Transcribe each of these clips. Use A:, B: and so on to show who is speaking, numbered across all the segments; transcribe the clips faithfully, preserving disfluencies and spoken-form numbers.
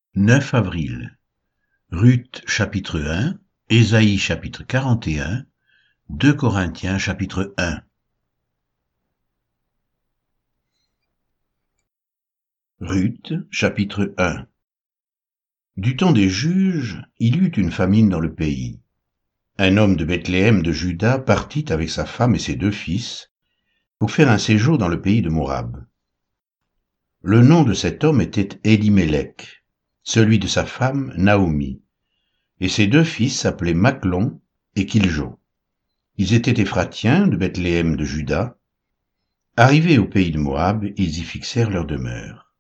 A: neuf avril. Ruth chapitre un, Ésaïe chapitre quarante et un, deux Corinthiens chapitre un. Ruth chapitre un. Du temps des juges, il y eut une famine dans le pays. Un homme de Bethléem de Juda partit avec sa femme et ses deux fils pour faire un séjour dans le pays de Moab. Le nom de cet homme était Élimélec, celui de sa femme Naomi, et ses deux fils s'appelaient Machlon et Kiljon. Ils étaient Éphratiens de Bethléem de Juda. Arrivés au pays de Moab, ils y fixèrent leur demeure.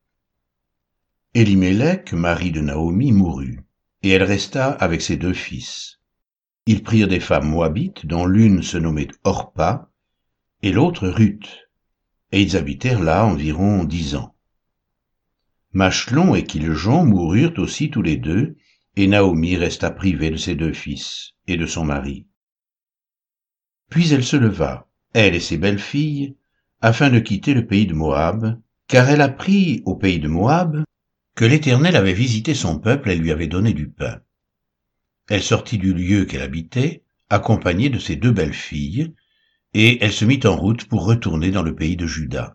A: Élimélec, mari de Naomi, mourut, et elle resta avec ses deux fils. Ils prirent des femmes moabites, dont l'une se nommait Orpa, et l'autre Ruth, et ils habitèrent là environ dix ans. Machlon et Kiljon moururent aussi tous les deux, et Naomi resta privée de ses deux fils et de son mari. Puis elle se leva, elle et ses belles-filles, afin de quitter le pays de Moab, car elle apprit au pays de Moab que l'Éternel avait visité son peuple et lui avait donné du pain. Elle sortit du lieu qu'elle habitait, accompagnée de ses deux belles-filles, et elle se mit en route pour retourner dans le pays de Juda.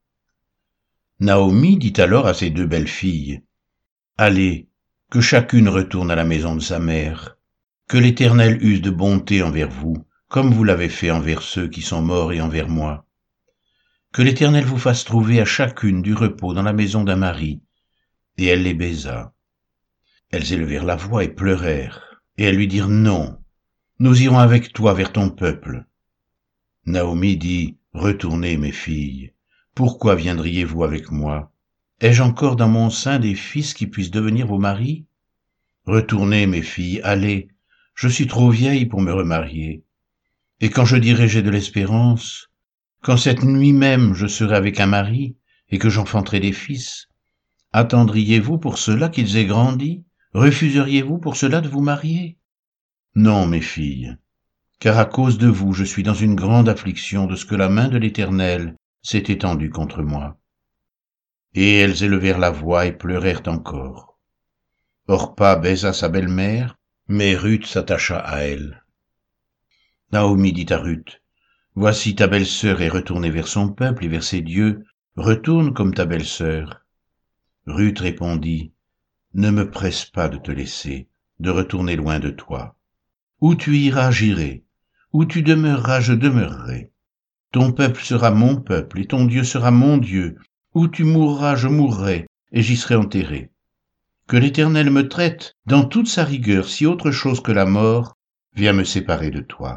A: Naomi dit alors à ses deux belles-filles, « Allez, que chacune retourne à la maison de sa mère, que l'Éternel use de bonté envers vous, comme vous l'avez fait envers ceux qui sont morts et envers moi. Que l'Éternel vous fasse trouver à chacune du repos dans la maison d'un mari. » Et elle les baisa. Elles élevèrent la voix et pleurèrent, et elles lui dirent, « Non, nous irons avec toi vers ton peuple. » Naomi dit, « Retournez, mes filles, pourquoi viendriez-vous avec moi? Ai-je encore dans mon sein des fils qui puissent devenir vos maris? Retournez, mes filles, allez, je suis trop vieille pour me remarier. Et quand je dirai j'ai de l'espérance, quand cette nuit même je serai avec un mari et que j'enfanterai des fils, attendriez-vous pour cela qu'ils aient grandi? Refuseriez-vous pour cela de vous marier? Non, mes filles, car à cause de vous je suis dans une grande affliction de ce que la main de l'Éternel s'est étendue contre moi. » Et elles élevèrent la voix et pleurèrent encore. Orpa baisa sa belle-mère, mais Ruth s'attacha à elle. Naomi dit à Ruth, « Voici ta belle-sœur est retournée vers son peuple et vers ses dieux, retourne comme ta belle-sœur. » Ruth répondit, « Ne me presse pas de te laisser, de retourner loin de toi. Où tu iras, j'irai, où tu demeureras, je demeurerai. Ton peuple sera mon peuple et ton Dieu sera mon Dieu. Où tu mourras, je mourrai et j'y serai enterré. Que l'Éternel me traite dans toute sa rigueur si autre chose que la mort vient me séparer de toi. »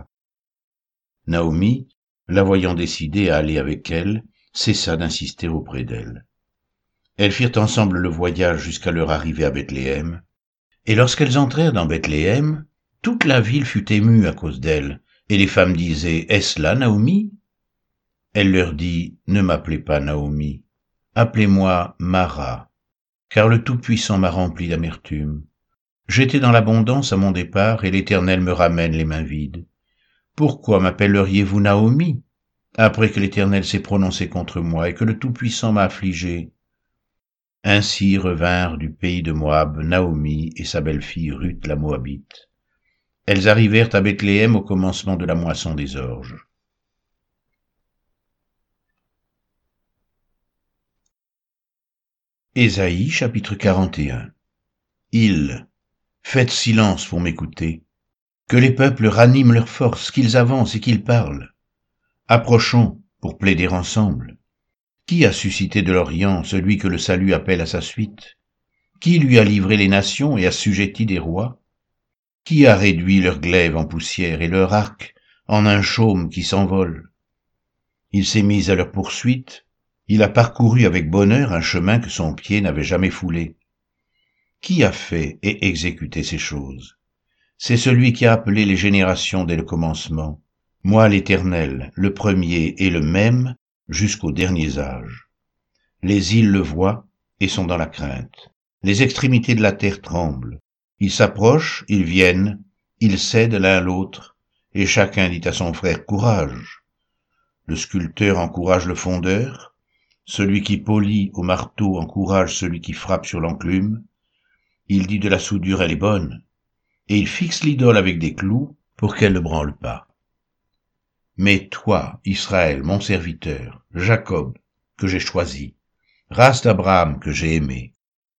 A: Naomi, la voyant décidée à aller avec elle, cessa d'insister auprès d'elle. Elles firent ensemble le voyage jusqu'à leur arrivée à Bethléem, et lorsqu'elles entrèrent dans Bethléem, toute la ville fut émue à cause d'elles, et les femmes disaient, « Est-ce là Naomi ?» Elle leur dit, « Ne m'appelez pas Naomi, appelez-moi Mara, car le Tout-Puissant m'a rempli d'amertume. J'étais dans l'abondance à mon départ, et l'Éternel me ramène les mains vides. Pourquoi m'appelleriez-vous Naomi, après que l'Éternel s'est prononcé contre moi et que le Tout-Puissant m'a affligé? » Ainsi revinrent du pays de Moab Naomi et sa belle-fille Ruth la Moabite. Elles arrivèrent à Bethléem au commencement de la moisson des orges. Ésaïe chapitre quarante et un. Ils, faites silence pour m'écouter, que les peuples raniment leurs forces, qu'ils avancent et qu'ils parlent. Approchons pour plaider ensemble. Qui a suscité de l'Orient celui que le salut appelle à sa suite? Qui lui a livré les nations et assujetti des rois? Qui a réduit leur glaive en poussière et leur arc en un chaume qui s'envole? Il s'est mis à leur poursuite, il a parcouru avec bonheur un chemin que son pied n'avait jamais foulé. Qui a fait et exécuté ces choses? C'est celui qui a appelé les générations dès le commencement, moi l'Éternel, le premier et le même, jusqu'aux derniers âges. Les îles le voient et sont dans la crainte. Les extrémités de la terre tremblent. Ils s'approchent, ils viennent, ils cèdent l'un à l'autre, et chacun dit à son frère, « Courage !» Le sculpteur encourage le fondeur, celui qui polit au marteau encourage celui qui frappe sur l'enclume. Il dit de la soudure elle est bonne, et il fixe l'idole avec des clous pour qu'elle ne branle pas. Mais toi, Israël, mon serviteur, Jacob, que j'ai choisi, race d'Abraham que j'ai aimé,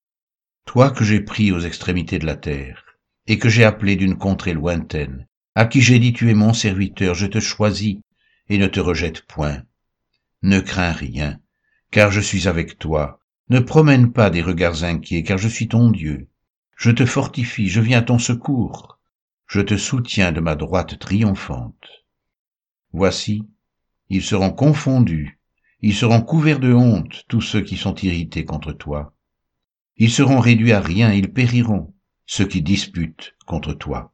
A: toi que j'ai pris aux extrémités de la terre, et que j'ai appelé d'une contrée lointaine, à qui j'ai dit tu es mon serviteur, je te choisis, et ne te rejette point. Ne crains rien, car je suis avec toi. Ne promène pas des regards inquiets, car je suis ton Dieu. Je te fortifie, je viens à ton secours. Je te soutiens de ma droite triomphante. Voici, ils seront confondus, ils seront couverts de honte, tous ceux qui sont irrités contre toi. Ils seront réduits à rien, ils périront, ceux qui disputent contre toi.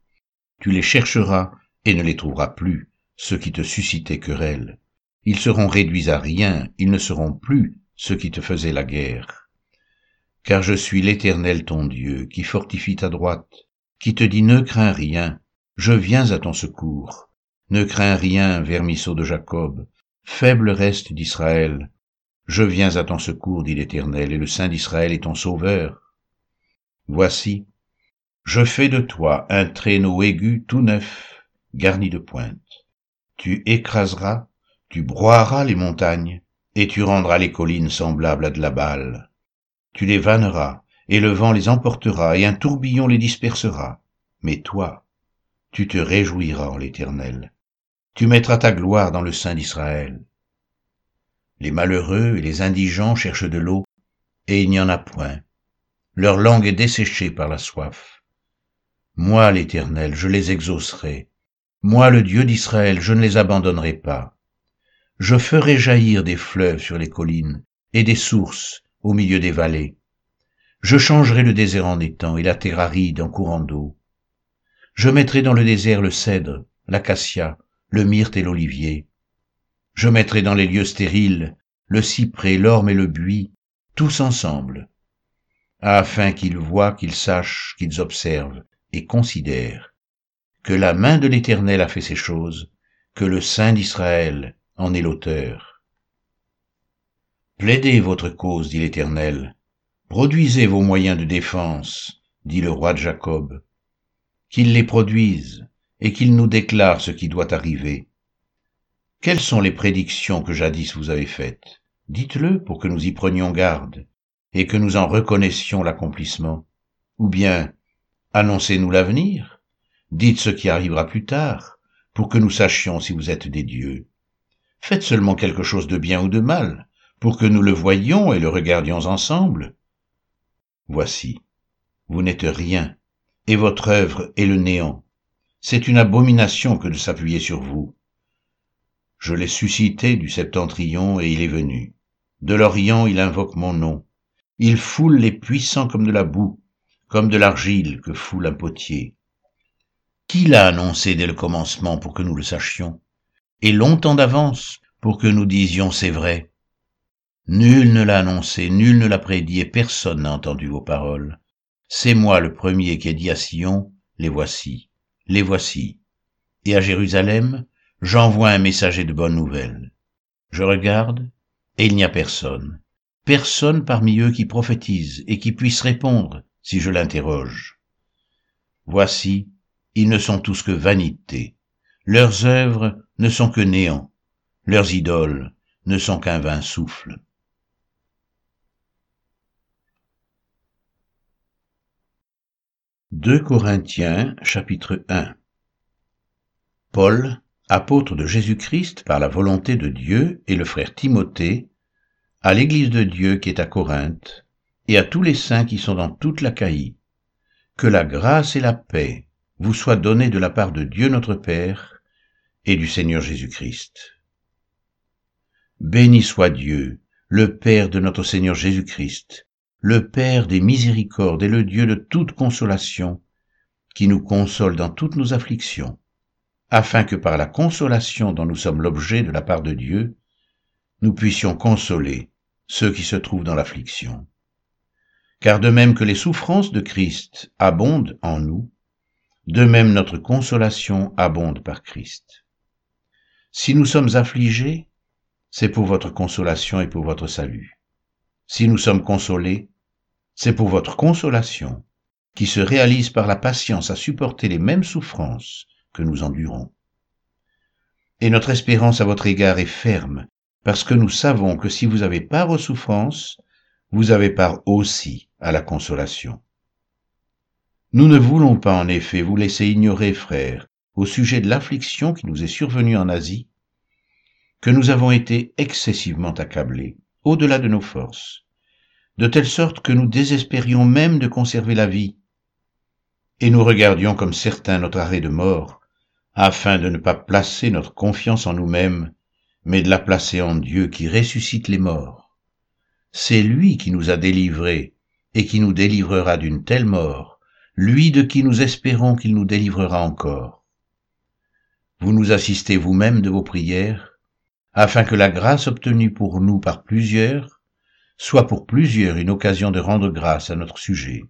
A: Tu les chercheras et ne les trouveras plus, ceux qui te suscitaient querelle. Ils seront réduits à rien, ils ne seront plus ceux qui te faisaient la guerre. Car je suis l'Éternel ton Dieu, qui fortifie ta droite, qui te dit ne crains rien, je viens à ton secours. Ne crains rien, vermisseau de Jacob, faible reste d'Israël. Je viens à ton secours, dit l'Éternel, et le Saint d'Israël est ton sauveur. Voici, je fais de toi un traîneau aigu tout neuf, garni de pointes. Tu écraseras, tu broieras les montagnes, et tu rendras les collines semblables à de la balle. Tu les vanneras, et le vent les emportera, et un tourbillon les dispersera. Mais toi, tu te réjouiras en l'Éternel. Tu mettras ta gloire dans le Saint d'Israël. Les malheureux et les indigents cherchent de l'eau, et il n'y en a point. Leur langue est desséchée par la soif. Moi, l'Éternel, je les exaucerai. Moi, le Dieu d'Israël, je ne les abandonnerai pas. Je ferai jaillir des fleuves sur les collines et des sources au milieu des vallées. Je changerai le désert en étang et la terre aride en courant d'eau. Je mettrai dans le désert le cèdre, l'acacia, le myrte et l'olivier. Je mettrai dans les lieux stériles le cyprès, l'orme et le buis, tous ensemble, afin qu'ils voient, qu'ils sachent, qu'ils observent et considèrent que la main de l'Éternel a fait ces choses, que le Saint d'Israël en est l'auteur. Plaidez votre cause, dit l'Éternel, produisez vos moyens de défense, dit le roi de Jacob, qu'il les produise et qu'il nous déclare ce qui doit arriver. Quelles sont les prédictions que jadis vous avez faites? Dites-le pour que nous y prenions garde et que nous en reconnaissions l'accomplissement. Ou bien, annoncez-nous l'avenir, dites ce qui arrivera plus tard, pour que nous sachions si vous êtes des dieux. Faites seulement quelque chose de bien ou de mal, pour que nous le voyions et le regardions ensemble. Voici, vous n'êtes rien, et votre œuvre est le néant. C'est une abomination que de s'appuyer sur vous. Je l'ai suscité du septentrion et il est venu. De l'Orient il invoque mon nom. Il foule les puissants comme de la boue, comme de l'argile que foule un potier. Qui l'a annoncé dès le commencement pour que nous le sachions, et longtemps d'avance pour que nous disions c'est vrai? Nul ne l'a annoncé, nul ne l'a prédit, et personne n'a entendu vos paroles. C'est moi le premier qui ai dit à Sion, les voici, les voici. Et à Jérusalem, j'envoie un messager de bonnes nouvelles. Je regarde, et il n'y a personne. Personne parmi eux qui prophétise et qui puisse répondre si je l'interroge. Voici, ils ne sont tous que vanité. Leurs œuvres ne sont que néant. Leurs idoles ne sont qu'un vain souffle. deux Corinthiens, chapitre un. Paul, apôtre de Jésus-Christ par la volonté de Dieu, et le frère Timothée, à l'Église de Dieu qui est à Corinthe, et à tous les saints qui sont dans toute l'Achaïe, que la grâce et la paix vous soient données de la part de Dieu notre Père et du Seigneur Jésus-Christ. Béni soit Dieu, le Père de notre Seigneur Jésus-Christ, le Père des miséricordes et le Dieu de toute consolation, qui nous console dans toutes nos afflictions, afin que par la consolation dont nous sommes l'objet de la part de Dieu, nous puissions consoler ceux qui se trouvent dans l'affliction. Car de même que les souffrances de Christ abondent en nous, de même notre consolation abonde par Christ. Si nous sommes affligés, c'est pour votre consolation et pour votre salut. Si nous sommes consolés, c'est pour votre consolation, qui se réalise par la patience à supporter les mêmes souffrances que nous endurons. Et notre espérance à votre égard est ferme, parce que nous savons que si vous avez part aux souffrances, vous avez part aussi à la consolation. Nous ne voulons pas en effet vous laisser ignorer, frères, au sujet de l'affliction qui nous est survenue en Asie, que nous avons été excessivement accablés, au-delà de nos forces, de telle sorte que nous désespérions même de conserver la vie, et nous regardions comme certain notre arrêt de mort, afin de ne pas placer notre confiance en nous-mêmes, mais de la placer en Dieu qui ressuscite les morts. C'est lui qui nous a délivrés et qui nous délivrera d'une telle mort, lui de qui nous espérons qu'il nous délivrera encore. Vous nous assistez vous-même de vos prières, afin que la grâce obtenue pour nous par plusieurs soit pour plusieurs une occasion de rendre grâce à notre sujet.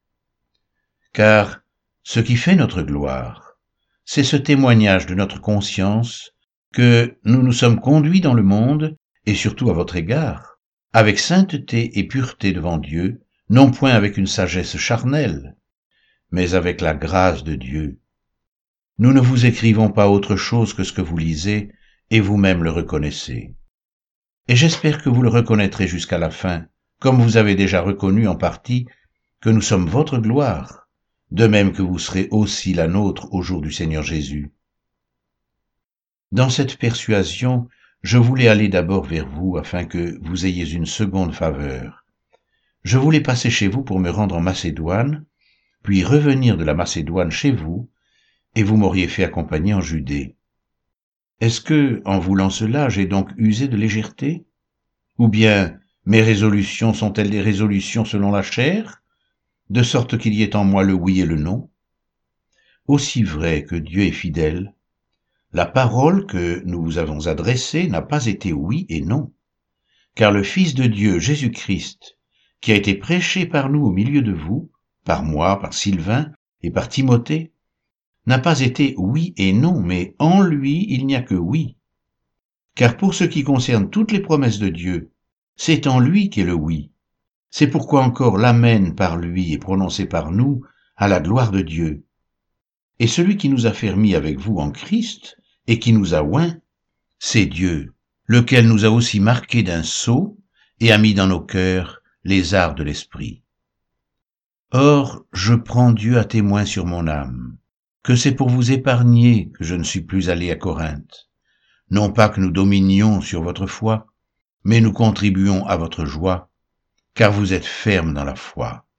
A: Car ce qui fait notre gloire, c'est ce témoignage de notre conscience que nous nous sommes conduits dans le monde, et surtout à votre égard, avec sainteté et pureté devant Dieu, non point avec une sagesse charnelle, mais avec la grâce de Dieu. Nous ne vous écrivons pas autre chose que ce que vous lisez, et vous-même le reconnaissez. Et j'espère que vous le reconnaîtrez jusqu'à la fin, comme vous avez déjà reconnu en partie que nous sommes votre gloire, de même que vous serez aussi la nôtre au jour du Seigneur Jésus. Dans cette persuasion, je voulais aller d'abord vers vous afin que vous ayez une seconde faveur. Je voulais passer chez vous pour me rendre en Macédoine, puis revenir de la Macédoine chez vous, et vous m'auriez fait accompagner en Judée. Est-ce que, en voulant cela, j'ai donc usé de légèreté? Ou bien, mes résolutions sont-elles des résolutions selon la chair, de sorte qu'il y ait en moi le oui et le non? Aussi vrai que Dieu est fidèle, la parole que nous vous avons adressée n'a pas été oui et non, car le Fils de Dieu, Jésus-Christ, qui a été prêché par nous au milieu de vous, par moi, par Sylvain et par Timothée, n'a pas été oui et non, mais en lui il n'y a que oui. Car pour ce qui concerne toutes les promesses de Dieu, c'est en lui qu'est le oui. C'est pourquoi encore l'amen par lui est prononcé par nous à la gloire de Dieu. Et celui qui nous a fermis avec vous en Christ et qui nous a oints, c'est Dieu, lequel nous a aussi marqués d'un sceau et a mis dans nos cœurs les arts de l'esprit. Or, je prends Dieu à témoin sur mon âme, que c'est pour vous épargner que je ne suis plus allé à Corinthe. Non pas que nous dominions sur votre foi, mais nous contribuons à votre joie, car vous êtes fermes dans la foi.